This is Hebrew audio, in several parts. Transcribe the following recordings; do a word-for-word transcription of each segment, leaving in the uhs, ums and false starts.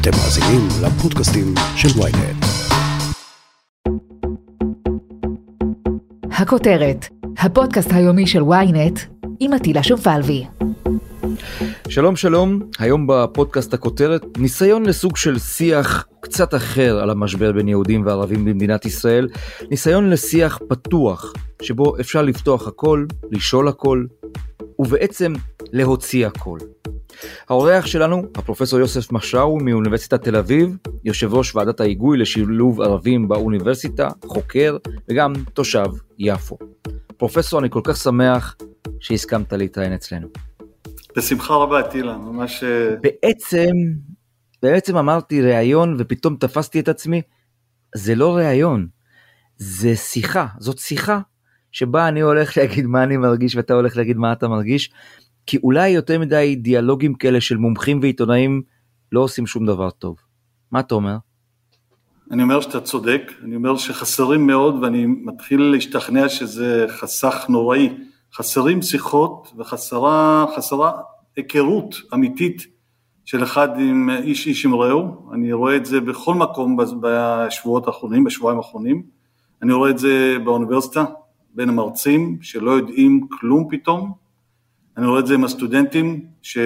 אתם מאזינים לפודקאסטים של וויינט. הכותרת, הפודקאסט היומי של וויינט עם עטילה שומפלבי. שלום שלום, היום בפודקאסט הכותרת, ניסיון לסוג של שיח קצת אחר על המשבר בין יהודים וערבים במדינת ישראל, ניסיון לשיח פתוח, שבו אפשר לפתוח הכל, לשאול הכל, ובעצם להוציא הכל. האורח שלנו, הפרופסור יוסף משאווי מאוניברסיטת תל אביב, יושב ראש ועדת ההיגוי לשילוב ערבים באוניברסיטה, חוקר וגם תושב יפו. פרופסור, אני כל כך שמח שהסכמת להתראיין אצלנו. בשמחה רבה, עטילה, ממש... בעצם, בעצם אמרתי ראיון ופתאום תפסתי את עצמי, זה לא ראיון, זה שיחה, זאת שיחה שבה אני הולך להגיד מה אני מרגיש ואתה הולך להגיד מה אתה מרגיש, כי אולי יותר מדי דיאלוגים כאלה של מומחים ועיתונאים לא עושים שום דבר טוב. מה אתה אומר? אני אומר שאתה צודק, אני אומר שחסרים מאוד ואני מתחיל להשתכנע שזה חסך נוראי, חסרים שיחות וחסרה חסרה היכרות אמיתית של אחד עם איש איש עם רעהו. אני רואה את זה בכל מקום בשבועות האחרונים, בשבועיים האחרונים. אני רואה את זה באוניברסיטה, בין המרצים שלא יודעים כלום פתאום. אני רואה את זה עם הסטודנטים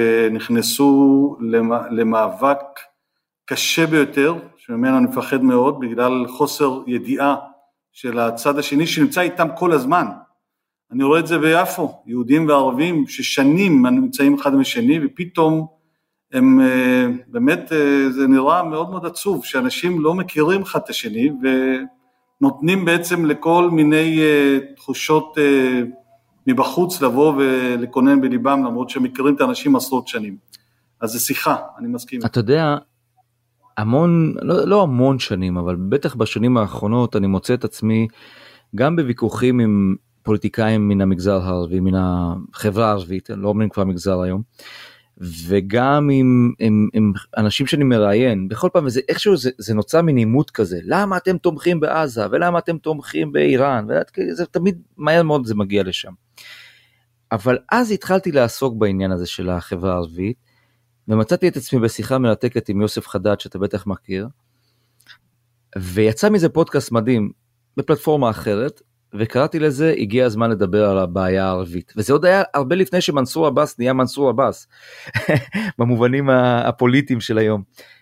שנכנסו למאבק קשה ביותר, שממנו אני מפחד מאוד בגלל חוסר ידיעה של הצד השני שנמצא איתם כל הזמן. אני רואה את זה ביפו, יהודים וערבים ששנים נמצאים אחד משני, ופתאום הם באמת, זה נראה מאוד מאוד עצוב, שאנשים לא מכירים אחד את השני, ונותנים בעצם לכל מיני תחושות מבחוץ לבוא ולקונן בליבם, למרות שמכירים את האנשים עשרות שנים. אז זה שיחה, אני מסכים. אתה יודע, המון, לא, לא המון שנים, אבל בטח בשנים האחרונות אני מוצא את עצמי גם בוויכוחים עם פוליטיקאים מן המגזר הערבי, מן החברה הערבית, לא אומרים כבר מגזר היום, וגם עם, עם, עם אנשים שאני מראיין, בכל פעם, וזה, איכשהו זה, זה נוצר מנימות כזה, למה אתם תומכים בעזה, ולמה אתם תומכים באיראן, וזה תמיד מהר מאוד זה מגיע לשם. אבל אז התחלתי לעסוק בעניין הזה של החברה הערבית, ומצאתי את עצמי בשיחה מרתקת עם יוסף חדד, שאתה בטח מכיר, ויצא מזה פודקאסט מדהים, בפלטפורמה אחרת, וקראתי לזה, הגיע הזמן לדבר על הבעיה הערבית, וזה עוד היה הרבה לפני שמנסור עבאס נהיה מנסור עבאס, במובנים הפוליטיים של היום,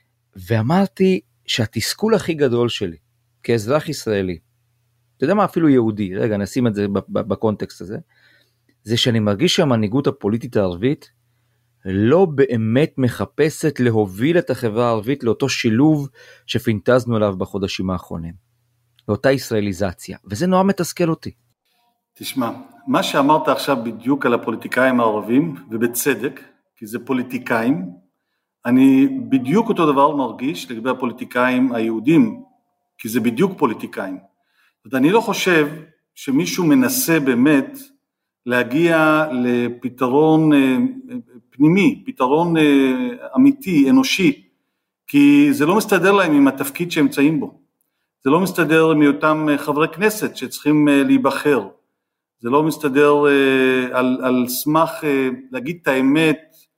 ואמרתי שהתסכול הכי גדול שלי, כאזרח ישראלי, אתה יודע מה, אפילו יהודי, רגע נשים את זה בקונטקסט הזה, זה שאני מרגיש שהמנהיגות הפוליטית הערבית, לא באמת מחפשת להוביל את החברה הערבית, לאותו שילוב שפינטזנו עליו בחודשים האחרונים. לאותה ישראליזציה, וזה נורא מתסכל אותי. תשמע, מה שאמרת עכשיו בדיוק על הפוליטיקאים הערבים, ובצדק, כי זה פוליטיקאים, אני בדיוק אותו דבר מרגיש לגבי הפוליטיקאים היהודים, כי זה בדיוק פוליטיקאים. זאת אומרת, אני לא חושב שמישהו מנסה באמת להגיע לפתרון פנימי, פתרון אמיתי, אנושי, כי זה לא מסתדר להם עם התפקיד שהם נמצאים בו. זה לא מסתדר מאותם חברי כנסת שצריכים להיבחר. זה לא מסתדר על, על סמך להגיד את האמת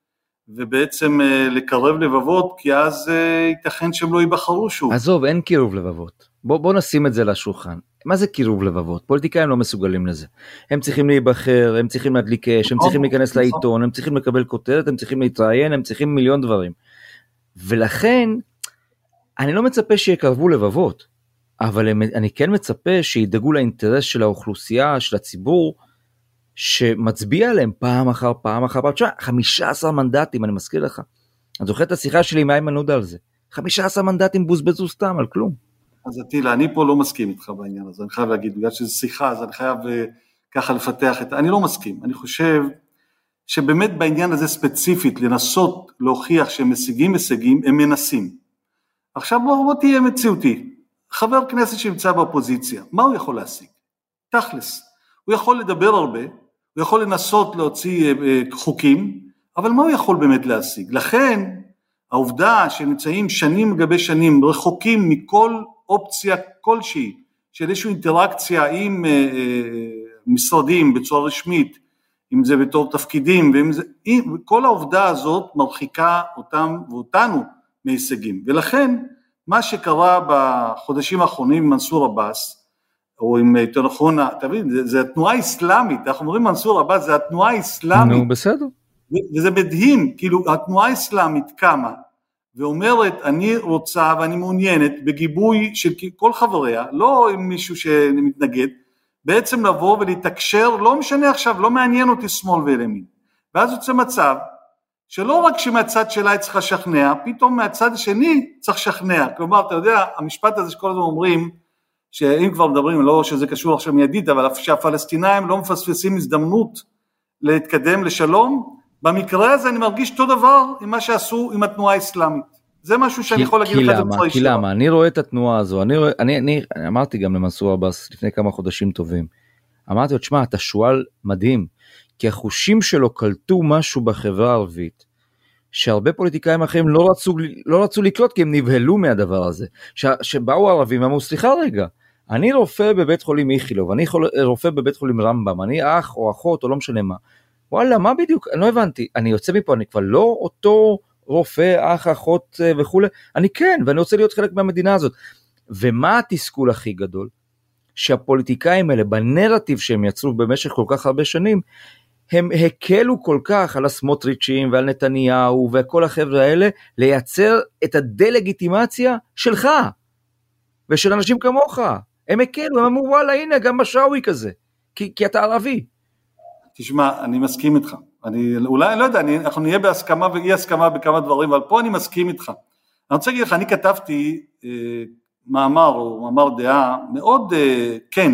ובעצם לקרב לבבות, כי אז ייתכן שהם לא ייבחרו שוב. עזוב, אין קירוב לבבות. בוא, בוא נשים את זה לשולחן. מה זה קירוב לבבות? פוליטיקאים לא מסוגלים לזה. הם צריכים להיבחר, הם צריכים להדליק אש, הם צריכים להיכנס לעיתון, הם צריכים לקבל כותרת, הם צריכים להתראיין, הם צריכים מיליון דברים. ולכן, אני לא מצפה שיקרבו לבבות. אבל אני כן מצפה שידאגו לאינטרס של האוכלוסייה, של הציבור, שמצביע עליהם פעם אחר פעם אחר פעם. תשמע, חמישה עשר מנדטים, אני מזכיר לך. אני זוכר את השיחה שלי עם איימן עודה על זה. חמישה עשר מנדטים בוזבזו סתם על כלום. אז עטילה, אני פה לא מסכים איתך בעניין הזה, אני חייב להגיד, בגלל שזו שיחה, אז אני חייב ככה לפתח את... אני לא מסכים, אני חושב שבאמת בעניין הזה ספציפית, לנסות להוכיח שהם משיגים הישגים, הם מנסים. עכשיו בוא, בוא תהיה מציאותי. חבר כנסת שנמצא באופוזיציה, מה הוא יכול להשיג? תכלס. הוא יכול לדבר הרבה, הוא יכול לנסות להוציא חוקים, אבל מה הוא יכול באמת להשיג? לכן, העובדה שנמצאים שנים לגבי שנים, רחוקים מכל אופציה כלשהי, של איזושהי אינטראקציה עם משרדים בצורה רשמית, אם זה בתור תפקידים, ואם זה, כל העובדה הזאת מרחיקה אותם ואותנו, מהישגים. ולכן, מה שקרה בחודשים האחרונים עם מנסור עבאס, או עם יותר נכון, תבין, זה, זה התנועה האסלאמית, אנחנו אומרים מנסור עבאס, זה התנועה האסלאמית. נו, בסדר. וזה מדהים, כאילו התנועה האסלאמית קמה, ואומרת אני רוצה ואני מעוניינת בגיבוי של כל חבריה, לא עם מישהו שמתנגד, בעצם לבוא ולהתקשר, לא משנה עכשיו, לא מעניין אותי שמאל וימין. ואז יוצא מצב, שלא רק שמהצד שלה היא צריכה לשכנע, פתאום מהצד השני צריך לשכנע. כלומר, אתה יודע, המשפט הזה שכל הזמן אומרים, שאם כבר מדברים, לא שזה קשור עכשיו מיידית, אבל שהפלסטינאים לא מפספסים הזדמנות להתקדם לשלום, במקרה הזה אני מרגיש אותו דבר עם מה שעשו עם התנועה האסלאמית. זה משהו שאני יכול להגיד לך את הצורה. כי למה? אני רואה את התנועה הזו, אני, רואה, אני, אני, אני אמרתי גם למנסור עבאס לפני כמה חודשים טובים, אמרתי לו, תשמע, אתה שואל מדהים, כי החושים שלו קלטו משהו בחברה הערבית, שהרבה פוליטיקאים אחרים לא רצו, לא רצו לקלוט, כי הם נבהלו מהדבר הזה, ש, שבאו הערבים, אמרו, סליחה רגע, אני רופא בבית חולים איכילוב, אני רופא בבית חולים רמב"ם, אני אח או אחות או לא משנה מה, וואלה, מה בדיוק? אני לא הבנתי, אני יוצא מפה, אני כבר לא אותו רופא, אח, אחות וכו', אני כן, ואני רוצה להיות חלק מהמדינה הזאת. ומה התסכול הכי גדול? שהפוליטיקאים האלה, בנרטיב שהם יצרו במשך כל כך הרבה שנים, הם הקלו כל כך על הסמוטריצ'ים ועל נתניהו וכל החבר'ה האלה, לייצר את הדלגיטימציה שלך, ושל אנשים כמוך. הם הקלו, הם אמרו, וואלה, הנה, גם משאווי כזה, כי, כי אתה ערבי. תשמע, אני מסכים איתך. אני, אולי, לא יודע, אני, אנחנו נהיה בהסכמה ואי הסכמה בכמה דברים, אבל פה אני מסכים איתך. אני רוצה להגיד לך, אני כתבתי אה, מאמר או מאמר דעה מאוד אה, כן,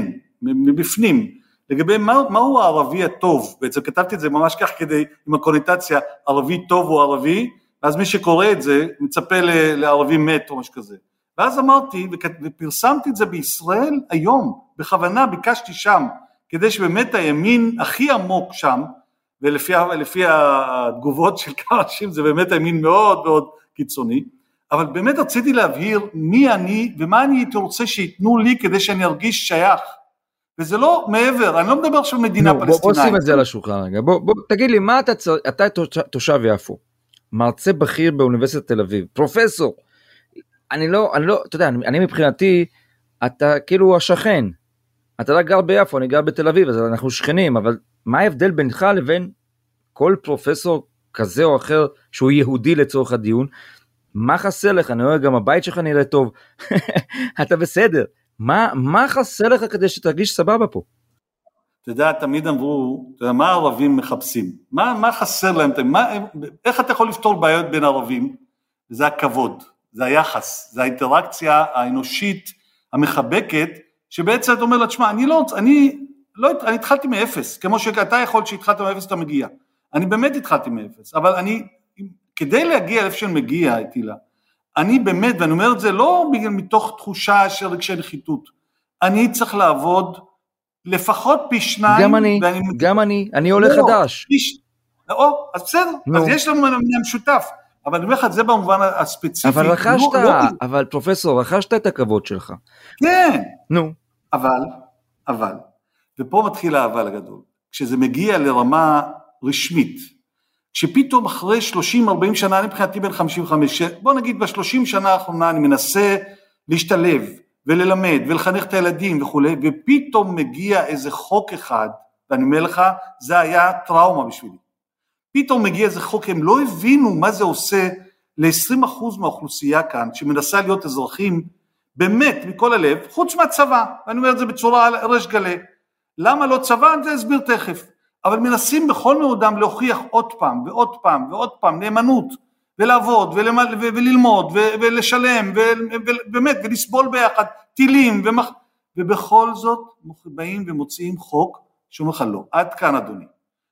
מבפנים, לגבי מה, מהו הערבי הטוב. בעצם כתבתי את זה ממש כך כדי, עם הקונוטציה, ערבי טוב או ערבי, ואז מי שקורא את זה, מצפה ל, לערבי מת או משהו כזה. ואז אמרתי, ופרסמתי את זה בישראל היום, בכוונה ביקשתי שם, כדי שבאמת הימין הכי עמוק שם, ולפי לפי התגובות של כמה אנשים, זה באמת הימין מאוד מאוד קיצוני, אבל באמת רציתי להבהיר מי אני, ומה אני הייתי רוצה שיתנו לי, כדי שאני ארגיש שייך, וזה לא מעבר, אני לא מדבר של מדינה פלסטינאית. בוא שים את זה על השולחן רגע, בוא, בוא, תגיד לי, מה אתה, אתה תושב יפו, מרצה בכיר באוניברסיטת תל אביב, פרופסור, אני לא, אני לא, אתה יודע, אני, אני מבחינתי, אתה כאילו השכן, אתה לא גר ביפו, אני גר בתל אביב, אז אנחנו שכנים, אבל מה ההבדל בינך לבין כל פרופסור כזה או אחר, שהוא יהודי לצורך הדיון? מה חסר לך? אני רואה גם הבית שלך נראה טוב, אתה בסדר, מה, מה חסר לך כדי שתרגיש סבבה פה? אתה יודע, תמיד אמרו, אתה יודע, מה הערבים מחפשים? מה, מה חסר להם? מה, איך אתה יכול לפתור בעיות בין ערבים? זה הכבוד, זה היחס, זה האינטראקציה האנושית, המחבקת, שבעצם אתה אומר לה, תשמע, אני לא, אני, לא, אני התחלתי מאפס, כמו שאתה יכול שהתחלת מאפס, אתה מגיע. אני באמת התחלתי מאפס, אבל אני, כדי להגיע איפה שאני מגיע, הייתי לה, אני באמת, ואני אומר את זה לא בגלל מתוך תחושה של רגשי נחיתות, אני צריך לעבוד לפחות פי שניים. גם אני, ואני, גם אני, אני עולה לא, חדש. פיש, או, אז בסדר, no. אז יש לנו מנה משותף, אבל אני אומר לך את זה במובן הספציפי. אבל רכשת, לא, לא, אבל פרופסור, רכשת את הכבוד שלך. כן. נו. No. אבל, אבל, ופה מתחיל האבל הגדול, כשזה מגיע לרמה רשמית, כשפתאום אחרי שלושים ארבעים שנה, אני מבחינתי בין חמישים וחמש, בוא נגיד בשלושים שנה האחרונה, אני מנסה להשתלב, וללמד, ולחנך את הילדים וכו', ופתאום מגיע איזה חוק אחד, ואני אומר לך, זה היה טראומה בשבילי. פתאום מגיע איזה חוק, הם לא הבינו מה זה עושה ל-עשרים אחוז מהאוכלוסייה כאן, שמנסה להיות אזרחים, באמת, מכל הלב, חוץ מהצבא, ואני אומר את זה בצורה רש גלה, למה לא צבא? אני אסביר תכף, אבל מנסים בכל מאודם להוכיח עוד פעם, ועוד פעם, ועוד פעם, נאמנות, ולעבוד, וללמוד, ולשלם, ובאמת, ולסבול ביחד, טילים, ובכל זאת, באים ומוציאים חוק, שאומר לך לא, עד כאן אדוני,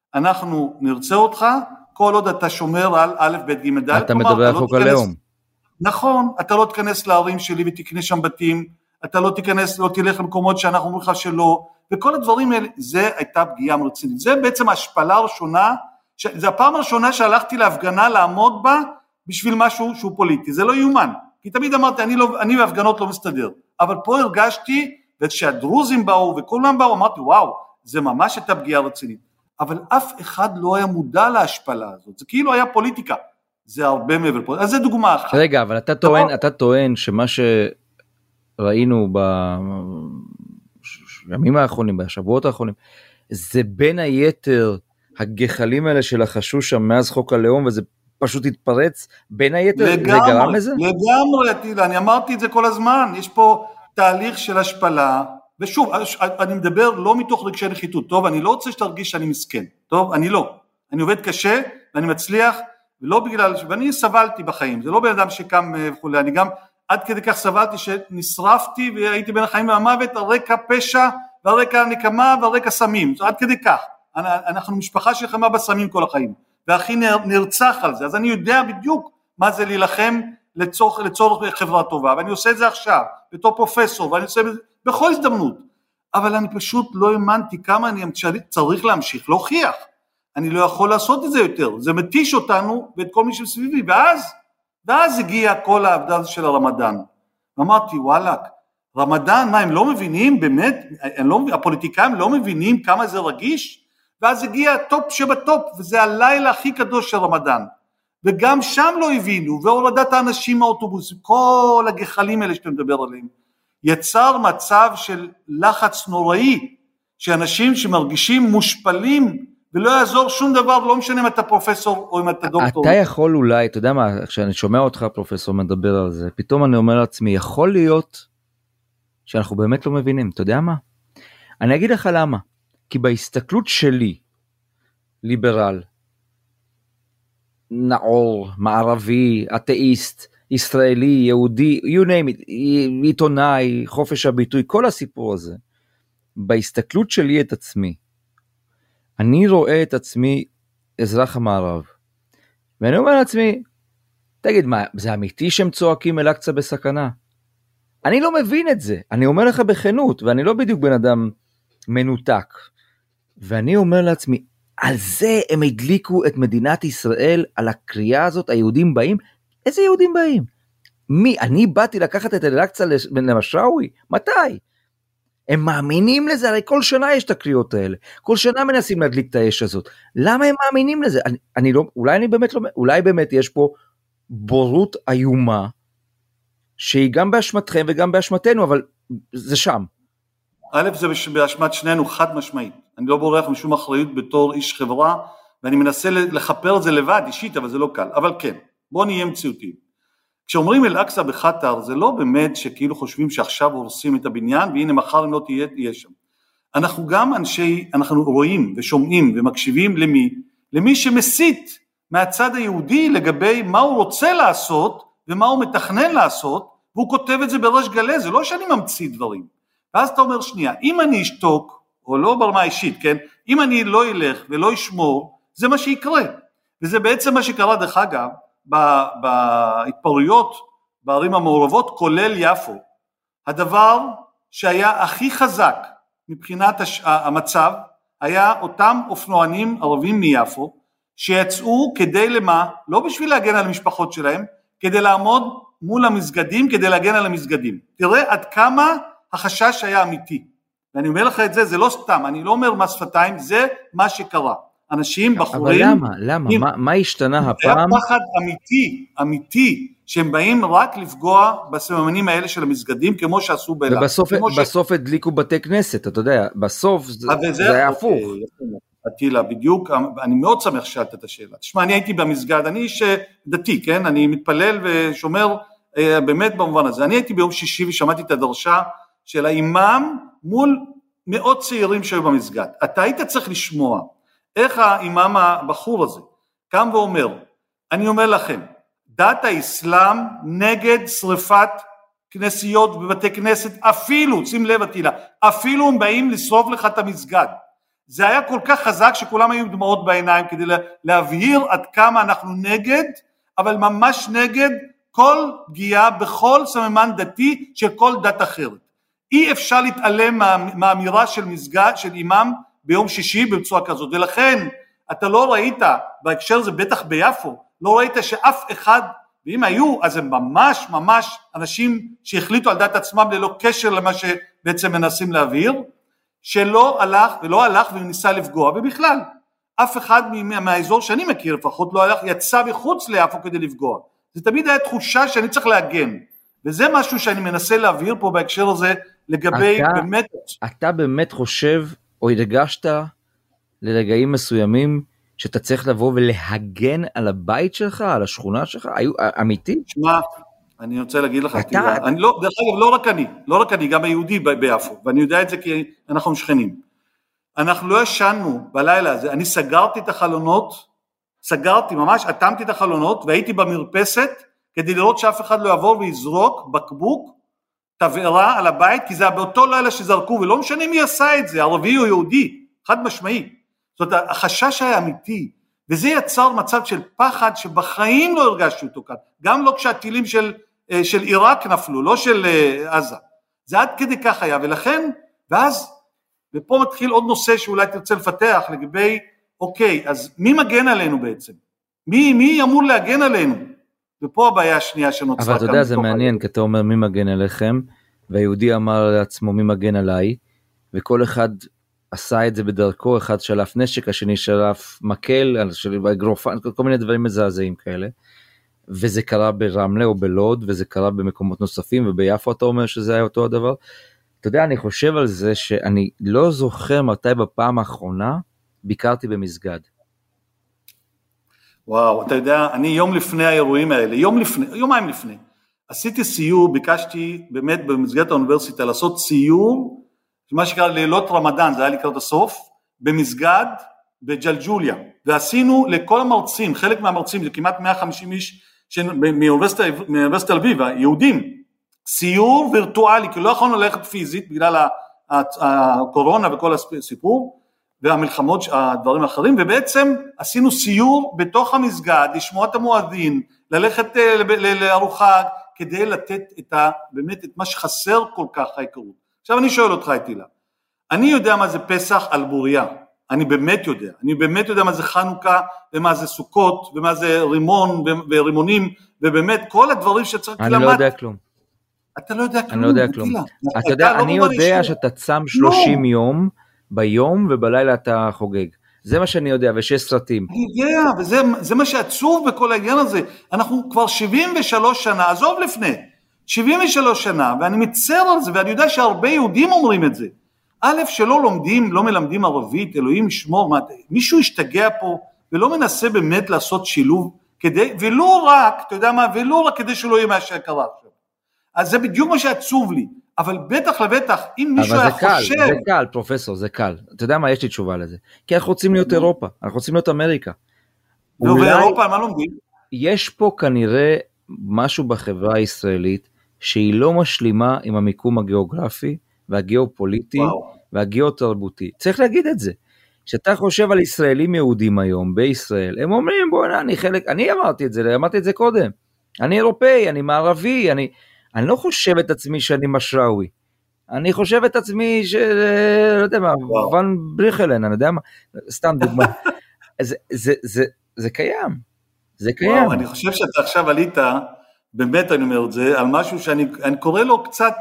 אנחנו נרצה אותך, כל עוד אתה שומר על א' ב' ג' ד', אתה מדבר על חוק הלאום. נכון, אתה לא תיכנס לערים שלי ותקנה שם בתים, אתה לא תיכנס, לא תלך למקומות שאנחנו אומרים לך שלא, וכל הדברים האלה, זה הייתה פגיעה מרצינית, זה בעצם ההשפלה הראשונה, זה הפעם הראשונה שהלכתי להפגנה לעמוד בה, בשביל משהו שהוא פוליטי, זה לא יומן, כי תמיד אמרתי, אני, לא, אני בהפגנות לא מסתדר, אבל פה הרגשתי, וכשהדרוזים באו וכולם באו, אמרתי, וואו, זה ממש הייתה פגיעה רצינית, אבל אף אחד לא היה מודע להשפלה הזאת, זה כאילו היה פוליטיקה, זה הרבה מעבר פה, אז זה דוגמה אחת. רגע, אבל אתה טוען, אתה טוען שמה שראינו בימים האחרונים, בשבועות האחרונים, זה בין היתר הגחלים האלה של החשוש שם מאז חוק הלאום, וזה פשוט התפרץ, בין היתר זה גרם לזה? לגמרי, אני אמרתי את זה כל הזמן, יש פה תהליך של השפלה, ושוב, אני מדבר לא מתוך רגשי נחיתות, טוב, אני לא רוצה שתרגיש שאני מסכן, טוב, אני לא, אני עובד קשה, ואני מצליח, ולא בגלל, ואני סבלתי בחיים, זה לא בן אדם שקם וכולי, אני גם עד כדי כך סבלתי שנשרפתי, והייתי בין החיים והמוות, על רקע פשע, ועל רקע נקמה, ועל רקע סמים, עד כדי כך, אנחנו משפחה שלחמה בסמים כל החיים, ואחי נרצח על זה, אז אני יודע בדיוק מה זה להילחם לצורך, לצורך חברה טובה, ואני עושה את זה עכשיו, בתור פרופסור, ואני עושה את זה בכל הזדמנות, אבל אני פשוט לא האמנתי כמה אני צריך להמשיך להוכיח, אני לא יכול לעשות את זה יותר, זה מתיש אותנו ואת כל מי שמסביבי, ואז, ואז הגיע כל העבודה של הרמדאן, ואמרתי וואלק, רמדאן, מה הם לא מבינים באמת, לא, הפוליטיקאים לא מבינים כמה זה רגיש, ואז הגיע הטופ שבטופ, וזה הלילה הכי קדוש של רמדאן, וגם שם לא הבינו, והורדת האנשים מהאוטובוס, כל הגחלים האלה שאתה מדבר עליהם, יצר מצב של לחץ נוראי, שאנשים שמרגישים מושפלים, ולא יעזור שום דבר, לא משנה אם אתה פרופסור או אם אתה דוקטור. אתה יכול אולי, אתה יודע מה, כשאני שומע אותך פרופסור מדבר על זה, פתאום אני אומר לעצמי, יכול להיות שאנחנו באמת לא מבינים, אתה יודע מה? אני אגיד לך למה, כי בהסתכלות שלי, ליברל, נאור, מערבי, אתאיסט, ישראלי, יהודי, you name it, עיתונאי, חופש הביטוי, כל הסיפור הזה, בהסתכלות שלי את עצמי, אני רואה את עצמי אזרח המערב, ואני אומר לעצמי, תגיד מה, זה אמיתי שהם צועקים אל-אקצא בסכנה? אני לא מבין את זה, אני אומר לך בכנות, ואני לא בדיוק בן אדם מנותק, ואני אומר לעצמי, על זה הם הדליקו את מדינת ישראל, על הקריאה הזאת, היהודים באים, איזה יהודים באים? מי? אני באתי לקחת את אל-אקצא למשאווי? מתי? הם מאמינים לזה, הרי כל שנה יש את הקריאות האלה, כל שנה מנסים להדליק את האש הזאת, למה הם מאמינים לזה? אני, אני לא, אולי אני באמת לא, אולי באמת יש פה בורות איומה, שהיא גם באשמתכם וגם באשמתנו, אבל זה שם. א', זה באשמת שנינו חד משמעית, אני לא בורח משום אחריות בתור איש חברה, ואני מנסה לחפר את זה לבד אישית, אבל זה לא קל, אבל כן, בואו נהיה מציאותיים. כשאומרים אל-אקצא בחטר, זה לא באמת שכאילו חושבים שעכשיו הורסים את הבניין, והנה מחר אם לא תהיה, תהיה שם. אנחנו גם אנשי, אנחנו רואים ושומעים ומקשיבים למי, למי שמסית מהצד היהודי לגבי מה הוא רוצה לעשות, ומה הוא מתכנן לעשות, והוא כותב את זה בראש גלה, זה לא שאני ממציא דברים. ואז אתה אומר שנייה, אם אני אשתוק, או לא ברמה אישית, כן? אם אני לא אלך ולא אשמור, זה מה שיקרה. וזה בעצם מה שקרה דרך אגב, בהתפרעויות בערים המעורבות, כולל יפו. הדבר שהיה הכי חזק מבחינת המצב, היה אותם אופנוענים ערבים מיפו, שיצאו כדי למה? לא בשביל להגן על המשפחות שלהם, כדי לעמוד מול המסגדים, כדי להגן על המסגדים. תראה עד כמה החשש היה אמיתי. ואני אומר לך את זה, זה לא סתם, אני לא אומר מס שפתיים, זה מה שקרה. אנשים, בחורים... אבל למה? למה? מה, מה השתנה הפעם? זה היה פחד אמיתי, אמיתי, שהם באים רק לפגוע בסממנים האלה של המסגדים, כמו שעשו באילת. ובסוף בסוף הדליקו בתי כנסת, אתה יודע, בסוף זה, זה היה הפוך. עטילה, בדיוק, אני מאוד שמח שאלת את השאלה. תשמע, אני הייתי במסגד, אני איש דתי, כן? אני מתפלל ושומר באמת במובן הזה. אני הייתי ביום שישי ושמעתי את הדרשה של האימאם מול מאות צעירים שהיו במסגד. אתה היית צריך לשמוע איך האימאם הבחור הזה קם ואומר, אני אומר לכם, דת האסלאם נגד שריפת כנסיות ובתי כנסת, אפילו, שים לב עטילה, אפילו הם באים לשרוף לך את המסגד. זה היה כל כך חזק שכולם היו דמעות בעיניים כדי להבהיר עד כמה אנחנו נגד, אבל ממש נגד כל פגיעה בכל סממן דתי של כל דת אחרת. אי אפשר להתעלם מה, מהאמירה של מסגד, של אימאם ביום שישי בצורה כזאת, ולכן אתה לא ראית, בהקשר הזה בטח ביפו, לא ראית שאף אחד, ואם היו, אז הם ממש ממש אנשים שהחליטו על דת עצמם ללא קשר למה שבעצם מנסים להבהיר, שלא הלך ולא הלך וניסה לפגוע, ובכלל, אף אחד מהאזור שאני מכיר לפחות לא הלך, יצא מחוץ ליפו כדי לפגוע. זה תמיד היה תחושה שאני צריך להגן, וזה משהו שאני מנסה להבהיר פה בהקשר הזה, לגבי אתה, באמת... אתה באמת חושב, או הרגשת לרגעים מסוימים, שאתה צריך לבוא ולהגן על הבית שלך, על השכונה שלך, היו אמיתי? שמע, אני רוצה להגיד לך, אתה... תראה, אני לא, דרך אגב, לא רק אני, לא רק אני, גם היהודי ביפו, ואני יודע את זה כי אנחנו שכנים. אנחנו לא ישנו בלילה הזה, אני סגרתי את החלונות, סגרתי ממש, אטמתי את החלונות, והייתי במרפסת, כדי לראות שאף אחד לא יעבור ויזרוק בקבוק, תבערה על הבית, כי זה היה באותו לילה שזרקו, ולא משנה מי עשה את זה, ערבי או יהודי, חד משמעי. זאת אומרת, החשש היה אמיתי, וזה יצר מצב של פחד, שבחיים לא הרגשתי אותו כאן, גם לא כשהטילים של, של עיראק נפלו, לא של עזה. זה עד כדי כך היה, ולכן, ואז, ופה מתחיל עוד נושא שאולי תרצה לפתח, לגבי, אוקיי, אז מי מגן עלינו בעצם? מי, מי אמור להגן עלינו? ופה הבעיה השנייה שנוצרה. אבל אתה יודע, זה מעניין, כי אתה אומר מי מגן עליכם, והיהודי אמר לעצמו מי מגן עליי, וכל אחד עשה את זה בדרכו, אחד שלף נשק, השני שלף מקל, גרופן, כל מיני דברים מזעזעים כאלה, וזה קרה ברמלה או בלוד, וזה קרה במקומות נוספים, וביפו אתה אומר שזה היה אותו הדבר. אתה יודע, אני חושב על זה שאני לא זוכר מתי בפעם האחרונה ביקרתי במסגד. וואו, אתה יודע, אני יום לפני האירועים האלה, יום לפני, יומיים לפני, עשיתי סיור, ביקשתי באמת במסגרת האוניברסיטה לעשות סיור, מה שקרה לילות רמדאן, זה היה לקראת הסוף, במסגד בג'לג'וליה, ועשינו לכל המרצים, חלק מהמרצים, זה כמעט מאה וחמישים איש מאוניברסיטת תל אביב, היהודים, סיור וירטואלי, כי לא יכולנו ללכת פיזית, בגלל הקורונה וכל הסיפור, והמלחמות, הדברים האחרים, ובעצם עשינו סיור בתוך המסגד, לשמוע את המואזין, ללכת לארוחה, כדי לתת את ה, באמת את מה שחסר כל כך ההיכרות. עכשיו אני שואל אותך איתילה, אני יודע מה זה פסח על בוריה, אני באמת יודע, אני באמת יודע מה זה חנוכה, ומה זה סוכות, ומה זה רימון, ורימונים, ובאמת כל הדברים שצריך ללמד. אני לא יודע כלום. אתה לא יודע כלום. אני לא יודע כלום. אתה יודע, אני יודע שאתה צם שלושים יום, ביום ובלילה אתה חוגג. זה מה שאני יודע, ושש סרטים. אני יודע, וזה זה מה שעצוב בכל העניין הזה. אנחנו כבר שבעים ושלוש שנה, עזוב לפני, שבעים ושלוש שנה, ואני מצר על זה, ואני יודע שהרבה יהודים אומרים את זה. א', שלא לומדים, לא מלמדים ערבית, אלוהים ישמור, מה, מישהו ישתגע פה, ולא מנסה באמת לעשות שילוב, כדי, ולא רק, אתה יודע מה, ולא רק כדי שלא יהיה מה שקרה עכשיו. אז זה בדיוק מה שעצוב לי. אבל בטח לבטח, אם מישהו היה חושב... אבל זה קל, זה קל, פרופסור, זה קל. אתה יודע מה, יש לי תשובה לזה. כי אנחנו רוצים להיות אירופה, אנחנו רוצים להיות אמריקה. ובאירופה, מה לומדים? יש פה כנראה משהו בחברה הישראלית, שהיא לא משלימה עם המיקום הגיאוגרפי, והגיאופוליטי, והגיאותרבותי. צריך להגיד את זה. כשאתה חושב על ישראלים יהודים היום, בישראל, הם אומרים, בוא, אני חלק, אני אמרתי את זה, אמרתי את זה קודם. אני אירופאי, אני מערבי, אני... אני לא חושב את עצמי שאני משראוי, אני חושב את עצמי ש... לא יודע מה, ון בריכלן, אני יודע מה, סתם דוגמה. זה, זה, זה, זה קיים, זה קיים. וואו, אני חושב שאתה עכשיו עלית, באמת אני אומר את זה, על משהו שאני אני קורא לו קצת,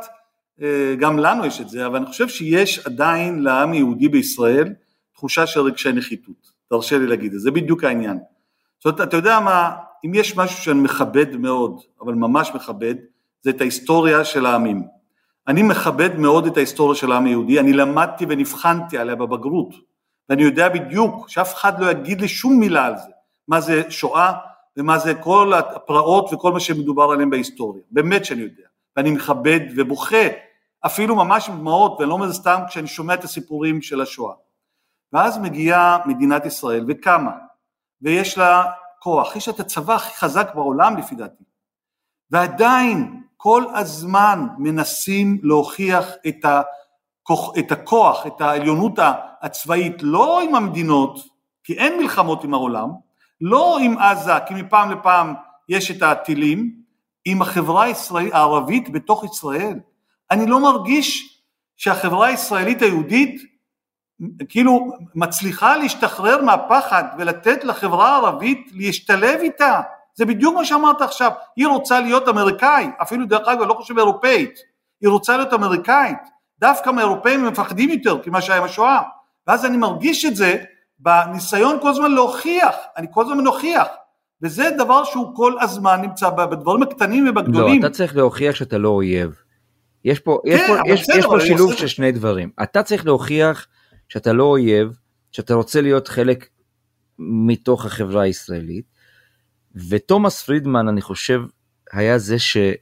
גם לנו יש את זה, אבל אני חושב שיש עדיין לעם היהודי בישראל, תחושה של רגשי נחיתות, תרשה לי להגיד את זה, זה בדיוק העניין. זאת אומרת, אתה יודע מה, אם יש משהו שאני מכבד מאוד, אבל ממש מכבד, זה את ההיסטוריה של העמים. אני מכבד מאוד את ההיסטוריה של העם היהודי, אני למדתי ונבחנתי עליה בבגרות, ואני יודע בדיוק שאף אחד לא יגיד לי שום מילה על זה, מה זה שואה, ומה זה כל הפרעות וכל מה שמדובר עליהם בהיסטוריה, באמת שאני יודע, ואני מכבד ובוכה, אפילו ממש דמעות, ואני לא אומר סתם כשאני שומע את הסיפורים של השואה. ואז מגיעה מדינת ישראל וקמה, ויש לה כוח, יש לה את הצבא הכי חזק בעולם לפי דעתי, ועדיין כל הזמן מנסים להוכיח את הכוח, את הכוח, את העליונות הצבאית, לא עם המדינות, כי אין מלחמות עם העולם, לא עם עזה, כי מפעם לפעם יש את הטילים, עם החברה הישראלית, הערבית בתוך ישראל. אני לא מרגיש שהחברה הישראלית היהודית, כאילו מצליחה להשתחרר מהפחד, ולתת לחברה הערבית להשתלב איתה, זה בדיוק מה שאמרת עכשיו, היא רוצה להיות אמריקאי, אפילו דרך אגב לא חושב אירופאית, היא רוצה להיות אמריקאית, דווקא מאירופאים מפחדים יותר, כמה שהיה עם השואה, ואז אני מרגיש את זה, בניסיון כל הזמן להוכיח, אני כל הזמן מנוכיח, וזה דבר שהוא כל הזמן נמצא בדברים הקטנים ובגדולים. לא, אתה צריך להוכיח שאתה לא אויב. יש פה, יש פה, יש, יש פה שילוב של שני דברים. אתה צריך להוכיח שאתה לא אויב, שאתה רוצה להיות חלק מתוך החברה הישראלית, ותומאס פרידמן, אני חושב, היה זה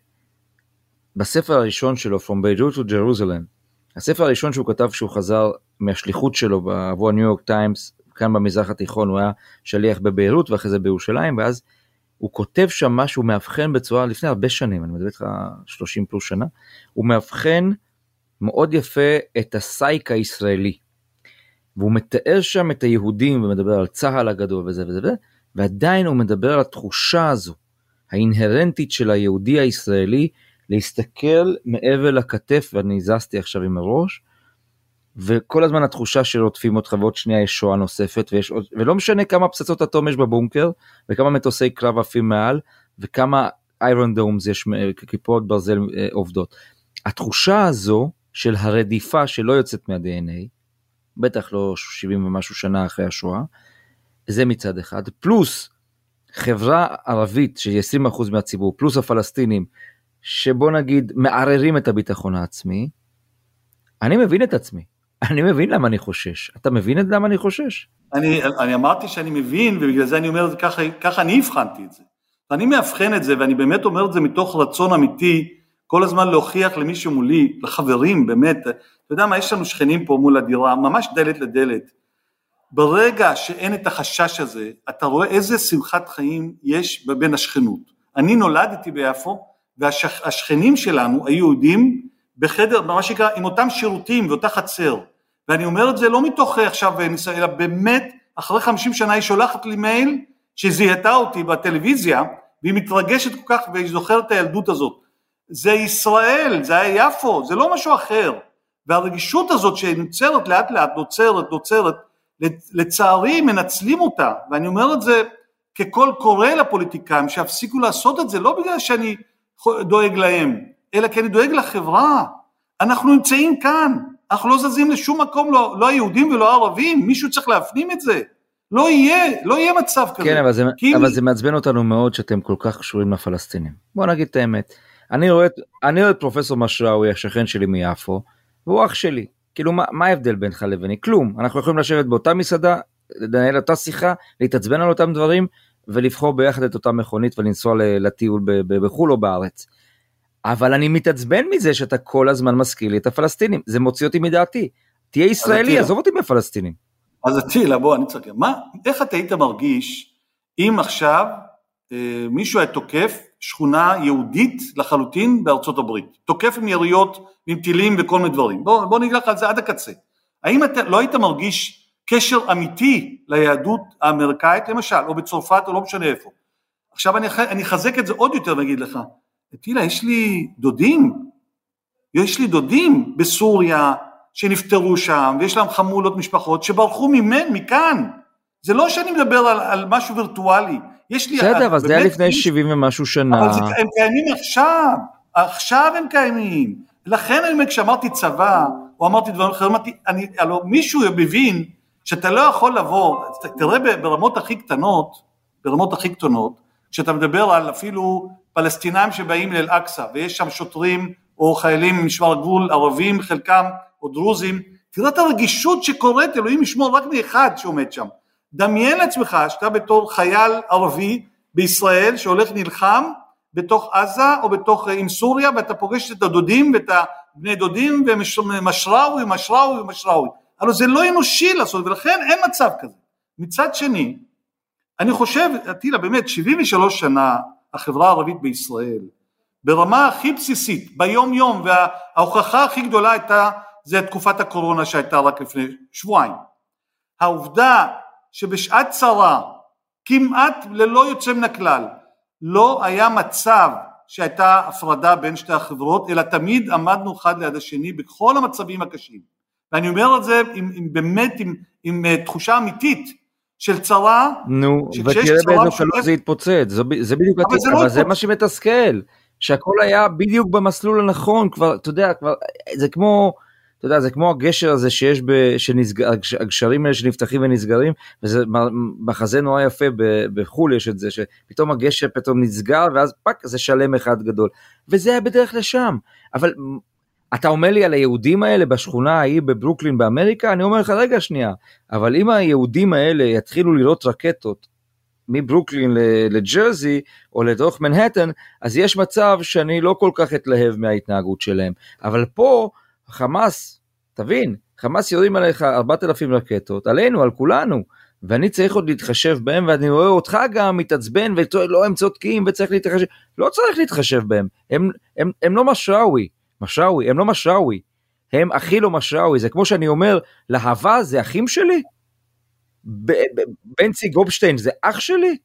שבספר הראשון שלו, From Beirut to Jerusalem, הספר הראשון שהוא כתב שהוא חזר מהשליחות שלו בעבור הניו יורק טיימס, כאן במזרח התיכון, הוא היה שליח בביירות ואחרי זה בירושלים, ואז הוא כותב שם משהו, הוא מאבחן בצורה, לפני הרבה שנים, אני מדבר איתך שלושים פלוס שנה, הוא מאבחן מאוד יפה את הסייק הישראלי, והוא מתאר שם את היהודים, ומדבר על צהל הגדול וזה וזה וזה, ועדיין הוא מדבר על התחושה הזו, האינהרנטית של היהודי הישראלי, להסתכל מעבר לכתף, ואני זזתי עכשיו עם הראש, וכל הזמן התחושה שרודפים אותך, ועוד שנייה יש שואה נוספת, ויש עוד, ולא משנה כמה פצצות אטום יש בבונקר, וכמה מטוסי קרב עפים מעל, וכמה איירון דומס יש, כיפות ברזל עובדות. התחושה הזו של הרדיפה שלא יוצאת מה-די אן איי, בטח לא שבעים ומשהו שנה אחרי השואה, זה מצד אחד, פלוס חברה ערבית, שהיא עשרים אחוז מהציבור, פלוס הפלסטינים, שבוא נגיד מערערים את הביטחון העצמי, אני מבין את עצמי, אני מבין למה אני חושש, אתה מבין את למה אני חושש? אני, אני אמרתי שאני מבין, ובגלל זה אני אומר, ככה, ככה אני הבחנתי את זה, אני מאבחן את זה, ואני באמת אומר את זה מתוך רצון אמיתי, כל הזמן להוכיח למישהו מולי, לחברים, באמת, אתה יודע מה, יש לנו שכנים פה מול הדירה, ממש דלת לדלת, ברגע שאין את החשש הזה, אתה רואה איזה שמחת חיים יש בין השכנות, אני נולדתי ביפו, והשכנים שלנו, היהודים, בחדר, מה שנקרא, עם אותם שירותים ואותה חצר, ואני אומר את זה לא מתוך עכשיו ניסיון, אלא באמת, אחרי חמישים שנה היא שולחת לי מייל, שזיהתה אותי בטלוויזיה, והיא מתרגשת כל כך, והיא זוכרת את הילדות הזאת, זה ישראל, זה היה יפו, זה לא משהו אחר, והרגישות הזאת שנוצרת לאט לאט, נוצרת, נוצרת, לצערי מנצלים אותה, ואני אומר את זה ככל קורא לפוליטיקאים, שהפסיקו לעשות את זה, לא בגלל שאני דואג להם, אלא כי אני דואג לחברה, אנחנו נמצאים כאן, אנחנו לא זזים לשום מקום, לא, לא היהודים ולא הערבים, מישהו צריך להפנים את זה, לא יהיה, לא יהיה מצב כזה. כן, אבל זה, אבל זה מעצבן אותנו מאוד שאתם כל כך קשורים לפלסטינים. בוא נגיד את האמת, אני רואה, אני רואה את פרופסור משראוי, השכן שלי מיפו, והוא אח שלי, כאילו מה, מה ההבדל בינך לביני? כלום, אנחנו יכולים לשבת באותה מסעדה, לנהל אותה שיחה, להתעצבן על אותם דברים, ולבחור ביחד את אותה מכונית, ולנסוע לטיול בחול או בארץ. אבל אני מתעצבן מזה שאתה כל הזמן מזכיר לי את הפלסטינים, זה מוציא אותי מדעתי, תהיה ישראלי, עזוב אותי מהפלסטינים. אז תהילה, בוא, אני צריך, מה, איך אתה היית מרגיש, אם עכשיו אה, מישהו היה תוקף שכונה יהודית לחלוטין בארצות הברית, תוקף עם יריות, עם טילים וכל מיני דברים, בוא, בוא נגיד לך על זה עד הקצה, האם אתה לא היית מרגיש קשר אמיתי ליהדות האמריקאית, למשל, או בצרפת, או לא משנה איפה, עכשיו אני, אני חזק את זה עוד יותר ואגיד לך, תהילה, יש לי דודים, יש לי דודים בסוריה שנפטרו שם, ויש להם חמולות משפחות שברחו ממן, מכאן. זה לא שאני מדבר על, על משהו וירטואלי. יש לי... בסדר, אבל זה היה לפני שבעים ומשהו שנה. אבל זה, הם קיימים עכשיו, עכשיו הם קיימים. לכן אני, כשאמרתי צבא, או אמרתי דברים אחרים, אני, הלוא, מישהו מבין שאתה לא יכול לבוא, תראה ברמות הכי קטנות, ברמות הכי קטנות, כשאתה מדבר על אפילו פלסטינאים שבאים לאל-אקסה, ויש שם שוטרים או חיילים משמר הגבול, ערבים חלקם, או דרוזים, תראה את הרגישות שקורית, אלוהים ישמור רק מאחד שעומד שם. דמיין לעצמך שאתה בתור חייל ערבי בישראל, שהולך נלחם בתוך עזה, או בתוך עם סוריה, ואתה פוגש את הדודים, ואת הבני דודים, ומשראוי, ומשראוי, ומשראוי. אבל זה לא אנושי לעשות, ולכן אין מצב כזה. מצד שני, אני חושב, תהילה, באמת, שבעים ושלוש שנה, החברה הערבית בישראל, ברמה הכי בסיסית, ביום יום, וההוכחה הכי גדולה הייתה, זה תקופת הקורונה שהייתה רק לפני שבועיים. העובדה שבשעת צרה, כמעט ללא יוצא מן הכלל, לא היה מצב שהייתה הפרדה בין שתי החברות, אלא תמיד עמדנו אחד ליד השני בכל המצבים הקשים. ואני אומר את זה עם, עם, באמת עם, עם, עם תחושה אמיתית, של צרה, נו, ותראה באיזו קלות זה התפוצץ, זה, זה בדיוק, אבל, זה, אבל לא זה מה שמתסכל, שהכל היה בדיוק במסלול הנכון, כבר, אתה יודע, כבר, זה כמו, אתה יודע, זה כמו הגשר הזה שיש, הגשרים האלה שנפתחים ונסגרים, וזה מחזה נורא יפה בחול יש את זה, שפתאום הגשר פתאום נסגר, ואז פק, זה שלם אחד גדול, וזה היה בדרך לשם, אבל אתה אומר לי על היהודים האלה בשכונה ההיא בברוקלין באמריקה, אני אומר לך רגע שנייה, אבל אם היהודים האלה יתחילו לראות רקטות, מברוקלין לג'רזי, או לדוח מנהטן, אז יש מצב שאני לא כל כך אתלהב מההתנהגות שלהם, אבל פה, חמאס, תבין, חמאס יורים עליך ארבעת אלפים רקטות, עלינו, על כולנו, ואני צריך עוד להתחשב בהם, ואני רואה אותך גם מתעצבן, ולא הם צודקים, וצריך להתחשב, לא צריך להתחשב בהם, הם, הם, הם לא משראוי, משראוי, הם לא משראוי, הם הכי לא משראוי, זה כמו שאני אומר, להבה זה אחים שלי, בנצי גופשטיין זה אח שלי?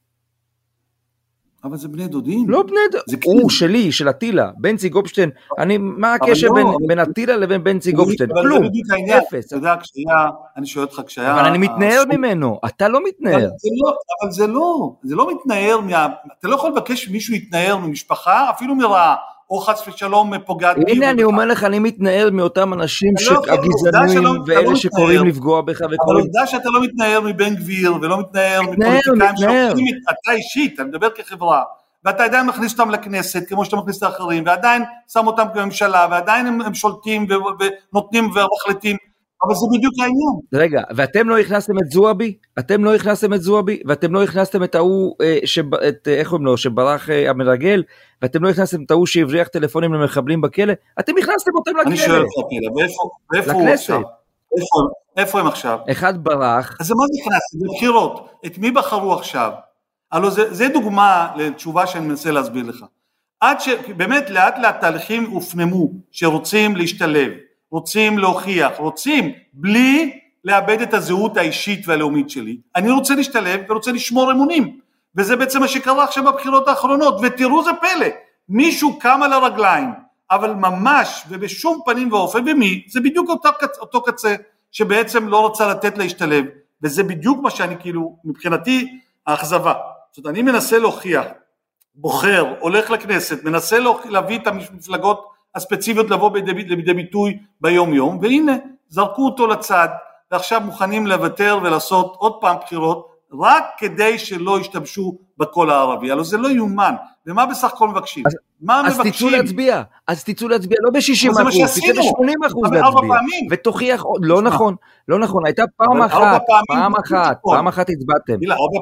אבל זה בני דודים. לא בני דודים, הוא שלי, של הטילה, בנצי גופשטיין, אני, מה הקשר בין הטילה לבין בנצי גופשטיין? כלום, אפס. אתה יודע, כשהיה, אני שואל אותך, כשהיה... אבל אני מתנער ממנו, אתה לא מתנער. אבל זה לא, זה לא מתנער, אתה לא יכול לבקש שמישהו יתנער ממשפחה, אפילו מרעה, או חס ושלום פוגעת. הנה אני אומר לך, אני מתנער מאותם אנשים הגזענים, ואלה שקוראים לפגוע בך. אבל עובדה שאתה לא מתנער מבן גביר, ולא מתנער מפוליטיקאים שעושים אתה אישית, אני מדבר כחברה, ואתה עדיין מכניס אותם לכנסת, כמו שאתה מכניס את האחרים, ועדיין שם אותם כממשלה, ועדיין הם שולטים ונותנים ומחליטים, אבל זה בדיוק העניין. רגע, ואתם לא הכנסתם את זועבי? אתם לא הכנסתם את זועבי? ואתם לא הכנסתם את ההוא, איך אומרים לו, שברח המרגל? ואתם לא הכנסתם את ההוא שהבריח טלפונים למחבלים בכלא? אתם הכנסתם אותם לכלא. אני שואל אותך, ואיפה הוא עכשיו? איפה הם עכשיו? אחד ברח. אז מה זה הכנסתם? זה בחירות. את מי בחרו עכשיו? הלוא זה דוגמה לתשובה שאני מנסה להסביר לך. עד שבאמת לאט לאט תהליכים הופנמו, שרוצים להשתלב. רוצים להוכיח, רוצים, בלי לאבד את הזהות האישית והלאומית שלי. אני רוצה להשתלב ורוצה לשמור אמונים, וזה בעצם מה שקרה עכשיו בבחירות האחרונות, ותראו זה פלא, מישהו קם על הרגליים, אבל ממש ובשום פנים ואופן, ומי? זה בדיוק אותו, אותו קצה, שבעצם לא רוצה לתת להשתלב, וזה בדיוק מה שאני כאילו, מבחינתי, האכזבה. זאת אומרת, אני מנסה להוכיח, בוחר, הולך לכנסת, מנסה להביא את המפלגות, הספציפיות לבוא לידי ביטוי ביום יום, והנה זרקו אותו לצד, ועכשיו מוכנים לוותר ולעשות עוד פעם בחירות, רק כדי שלא ישתמשו בקול הערבי, הלוא זה לא יומן, ומה בסך הכל מבקשים? אז, מה אז מבקשים? תצאו להצביע, אז תצאו להצביע, לא ב-שישים אחוז, תצא ב-שמונים אחוז להצביע, ותוכיח, לא נכון, לא נכון, הייתה פעם אחת, פעם אחת, פעם אחת הצבעתם.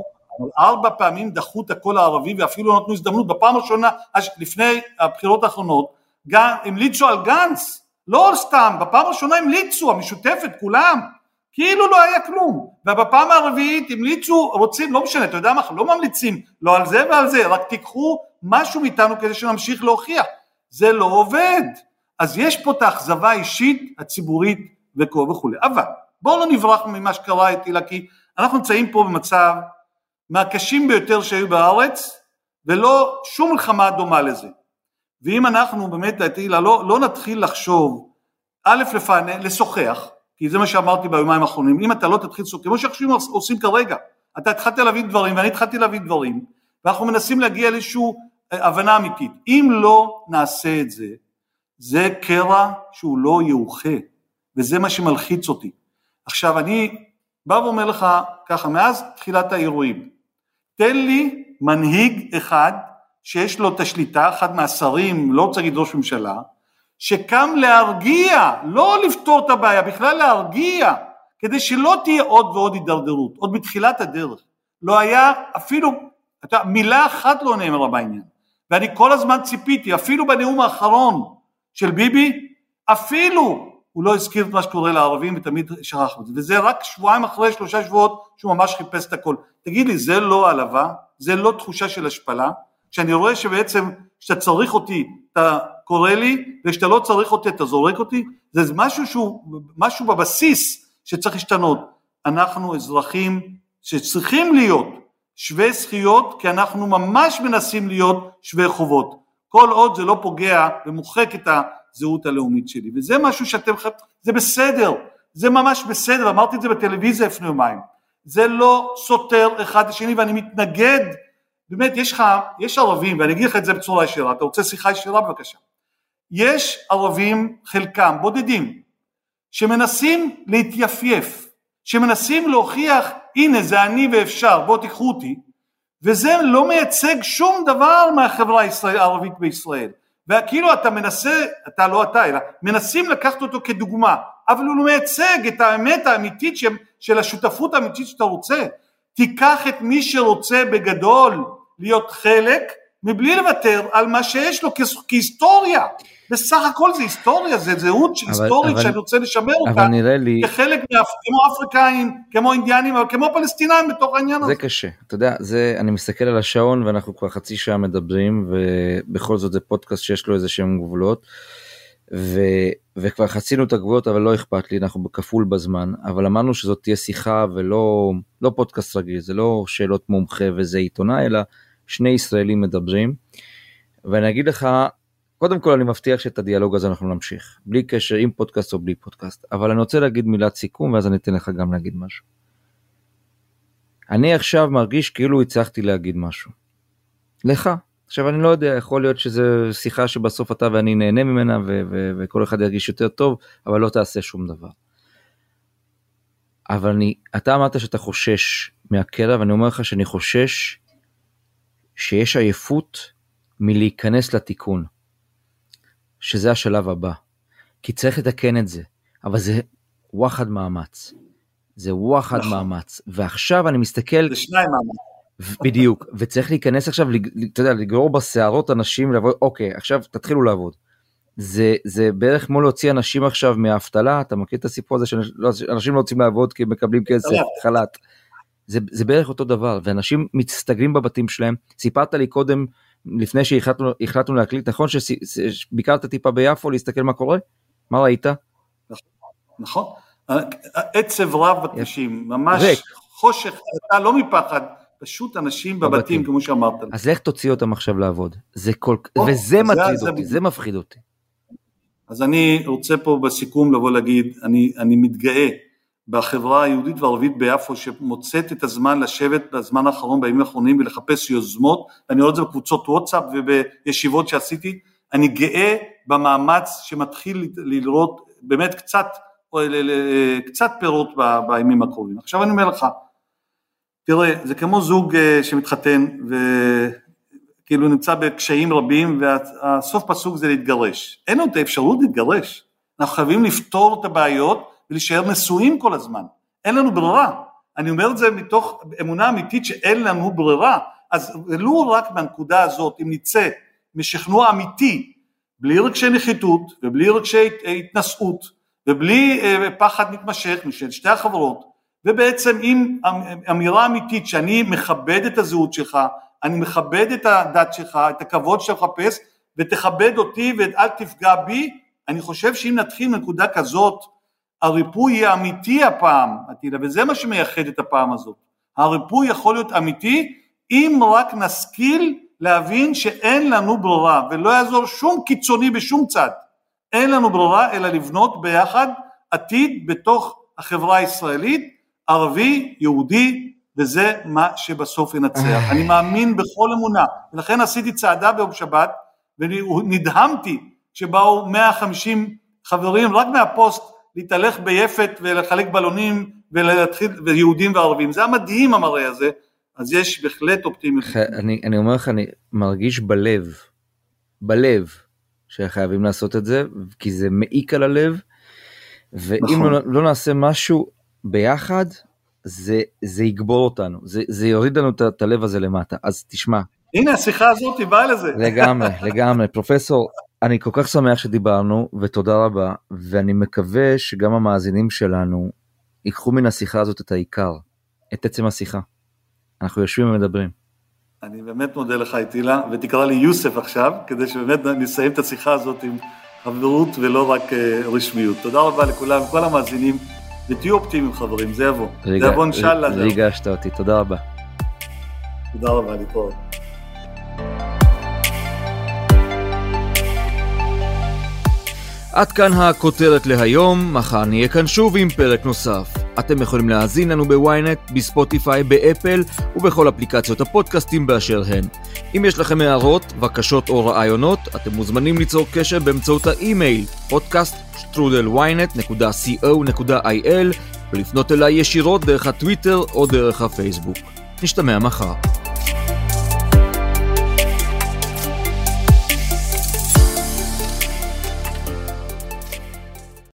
ארבע פעמים דחו את הקול הערבי, ואפילו נתנו הזדמנות, בפעם הראשונה, לפני הבחירות האחרונות, המליצו על גנץ, לא סתם, בפעם הראשונה המליצו, המשותפת, כולם, כאילו לא היה כלום, ובפעם הרביעית המליצו, רוצים, לא משנה, אתה יודע מה, לא ממליצים, לא על זה ועל זה, רק תיקחו משהו מאיתנו כדי שנמשיך להוכיח, זה לא עובד, אז יש פה את האכזבה האישית, הציבורית וכה וכו', אבל בואו לא נברח ממה שקרה איתי, כי אנחנו נמצאים פה במצב מהקשים ביותר שהיו בארץ, ולא שום מלחמה דומה לזה, ואם אנחנו באמת להתילה, לא, לא נתחיל לחשוב, א' לפענה, לשוחח, כי זה מה שאמרתי ביומיים האחרונים, אם אתה לא תתחיל לשוחח, כמו שאנחנו עושים כרגע, אתה התחלת להבין דברים, ואני התחלתי להבין דברים, ואנחנו מנסים להגיע לאיזושהי הבנה אמיתית, אם לא נעשה את זה, זה קרע שהוא לא יאוחה, וזה מה שמלחיץ אותי. עכשיו אני בא ואומר לך ככה, מאז תחילת האירועים, תן לי מנהיג אחד, שיש לו את השליטה, אחד מהשרים, לא רוצה להגיד ראש ממשלה, שקם להרגיע, לא לפתור את הבעיה, בכלל להרגיע, כדי שלא תהיה עוד ועוד הידרדרות, עוד בתחילת הדרך, לא היה אפילו, אתה, מילה אחת לא נאמרה בעניין, ואני כל הזמן ציפיתי, אפילו בנאום האחרון של ביבי, אפילו הוא לא הזכיר את מה שקורה לערבים, ותמיד שכחנו את זה, וזה רק שבועיים אחרי, שלושה שבועות, שהוא ממש חיפש את הכל. תגיד לי, זה לא העלבה, זה לא תחושה של השפלה, כשאני רואה שבעצם, כשאתה צריך אותי, אתה קורא לי, וכשאתה לא צריך אותי, אתה זורק אותי, זה משהו שהוא, משהו בבסיס שצריך להשתנות. אנחנו אזרחים שצריכים להיות שווי זכויות, כי אנחנו ממש מנסים להיות שווי חובות. כל עוד זה לא פוגע ומוחק את הזהות הלאומית שלי. וזה משהו שאתם, זה בסדר, זה ממש בסדר, אמרתי את זה בטלוויזיה לפני יומיים. זה לא סותר אחד לשני, ואני מתנגד, באמת יש לך, יש ערבים, ואני אגיד לך את זה בצורה ישירה, אתה רוצה שיחה ישירה בבקשה. יש ערבים, חלקם, בודדים, שמנסים להתייפייף, שמנסים להוכיח, הנה זה אני ואפשר, בוא תיקחו אותי, וזה לא מייצג שום דבר מהחברה הערבית בישראל, וכאילו אתה מנסה, אתה לא אתה, אלא מנסים לקחת אותו כדוגמה, אבל הוא לא מייצג את האמת האמיתית של השותפות האמיתית שאתה רוצה. תיקח את מי שרוצה בגדול להיות חלק, מבלי לוותר על מה שיש לו כהיסטוריה. בסך הכל זה היסטוריה, זה זהות היסטורית שאני רוצה לשמר אותה, לי... כחלק כמו אפריקאים, כמו אינדיאנים, כמו פלסטינאים בתוך העניין הזה. זה קשה, אתה יודע, זה, אני מסתכל על השעון ואנחנו כבר חצי שעה מדברים, ובכל זאת זה פודקאסט שיש לו איזה שהם גבולות, ו... וכבר חצינו את הגבולות, אבל לא אכפת לי, אנחנו בכפול בזמן, אבל אמרנו שזאת תהיה שיחה ולא לא פודקאסט רגיל, זה לא שאלות מומחה וזה עיתונאי, אלא שני ישראלים מדברים, ואני אגיד לך, קודם כל אני מבטיח שאת הדיאלוג הזה אנחנו נמשיך, בלי קשר עם פודקאסט או בלי פודקאסט, אבל אני רוצה להגיד מילת סיכום, ואז אני אתן לך גם להגיד משהו. אני עכשיו מרגיש כאילו הצלחתי להגיד משהו. לך. עכשיו אני לא יודע, יכול להיות שזו שיחה שבסוף אתה ואני נהנה ממנה, ו- ו- וכל אחד ירגיש יותר טוב, אבל לא תעשה שום דבר. אבל אני, אתה אמרת שאתה חושש מהקרע, ואני אומר לך שאני חושש שיש עייפות מלהיכנס לתיקון. שזה השלב הבא, כי צריך לתקן את זה, אבל זה וואחד מאמץ, זה וואחד נכון. מאמץ, ועכשיו אני מסתכל, זה שניים מאמץ, בדיוק, וצריך להיכנס עכשיו, אתה יודע, לגרור בשערות אנשים, לעבוד, אוקיי, עכשיו תתחילו לעבוד, זה, זה בערך כמו להוציא אנשים עכשיו מהאבטלה, אתה מכיר את הסיפור הזה, שאנשים לא רוצים לעבוד, כי הם מקבלים כסף, חל"ת, זה, זה בערך אותו דבר, ואנשים מסתגלים בבתים שלהם, סיפרת לי קודם, לפני שהחלטנו להקליט, נכון שביקרת טיפה ביפו להסתכל מה קורה? מה ראית? נכון, עצב רב בכבישים, ממש חושך, אתה לא מפחד, פשוט אנשים בבתים כמו שאמרת. אז איך תוציא אותם עכשיו לעבוד? וזה מטריד אותי, זה מפחיד אותי. אז אני רוצה פה בסיכום לבוא להגיד, אני מתגאה בחברה היהודית והערבית ביפו, שמוצאת את הזמן לשבת בזמן האחרון, בימים האחרונים, ולחפש יוזמות, אני רואה את זה בקבוצות וואטסאפ ובישיבות שעשיתי, אני גאה במאמץ שמתחיל לראות באמת קצת, קצת פירות בימים הקרובים. עכשיו אני אומר לך, תראה, זה כמו זוג שמתחתן, וכאילו נמצא בקשיים רבים, והסוף פסוק זה להתגרש. אין עוד האפשרות להתגרש. אנחנו חייבים לפתור את הבעיות, ולהישאר נשואים כל הזמן. אין לנו ברירה. אני אומר את זה מתוך אמונה אמיתית שאין לנו ברירה. אז לא רק מהנקודה הזאת, אם נצא משכנוע אמיתי, בלי רגשי נחיתות, ובלי רגשי התנשאות, ובלי פחד מתמשך משל שתי החברות, ובעצם עם אמירה אמיתית שאני מכבד את הזהות שלך, אני מכבד את הדת שלך, את הכבוד שאתה מחפש, ותכבד אותי ואל תפגע בי, אני חושב שאם נתחיל מנקודה כזאת, הריפוי יהיה אמיתי הפעם, וזה מה שמייחד את הפעם הזאת. הריפוי יכול להיות אמיתי, אם רק נשכיל להבין שאין לנו ברירה, ולא יעזור שום קיצוני בשום צד. אין לנו ברירה, אלא לבנות ביחד עתיד בתוך החברה הישראלית, ערבי, יהודי, וזה מה שבסוף ינצח. אני מאמין בכל אמונה, ולכן עשיתי צעדה ביום שבת, ונדהמתי שבאו מאה וחמישים חברים רק מהפוסט, להתהלך ביפת ולחלק בלונים ולהתחיל, ויהודים וערבים. זה המדהים המראה הזה, אז יש בהחלט אופטימיות. אני, אני אומר לך, אני מרגיש בלב, בלב, שחייבים לעשות את זה, כי זה מעיק על הלב, ואם נכון. לא, לא נעשה משהו ביחד, זה, זה יגבור אותנו, זה, זה יוריד לנו את, את הלב הזה למטה. אז תשמע. הנה, השיחה הזאת היא באה לזה. לגמרי, לגמרי. פרופסור, אני כל כך שמח שדיברנו, ותודה רבה, ואני מקווה שגם המאזינים שלנו ייקחו מן השיחה הזאת את העיקר, את עצם השיחה. אנחנו יושבים ומדברים. אני באמת מודה לך איטילה, ותקרא לי יוסף עכשיו, כדי שבאמת נסיים את השיחה הזאת עם חברות ולא רק רשמיות. תודה רבה לכולם, כל המאזינים, ותהיו אופטימיים חברים, זה יבוא. זה יבוא אינשאללה. ריגשת אותי, תודה רבה. תודה רבה, להתראות. עד כאן הכותרת להיום, מחר נהיה כאן שוב עם פרק נוסף. אתם יכולים להאזין לנו בוויינט, בספוטיפיי, באפל ובכל אפליקציות הפודקאסטים באשר הן. אם יש לכם הערות, בקשות או רעיונות, אתם מוזמנים ליצור קשר באמצעות האימייל פודקאסט שטרודל וויינט נקודה קו נקודה איי אל ולפנות אליי ישירות דרך הטוויטר או דרך הפייסבוק. נשתמע מחר.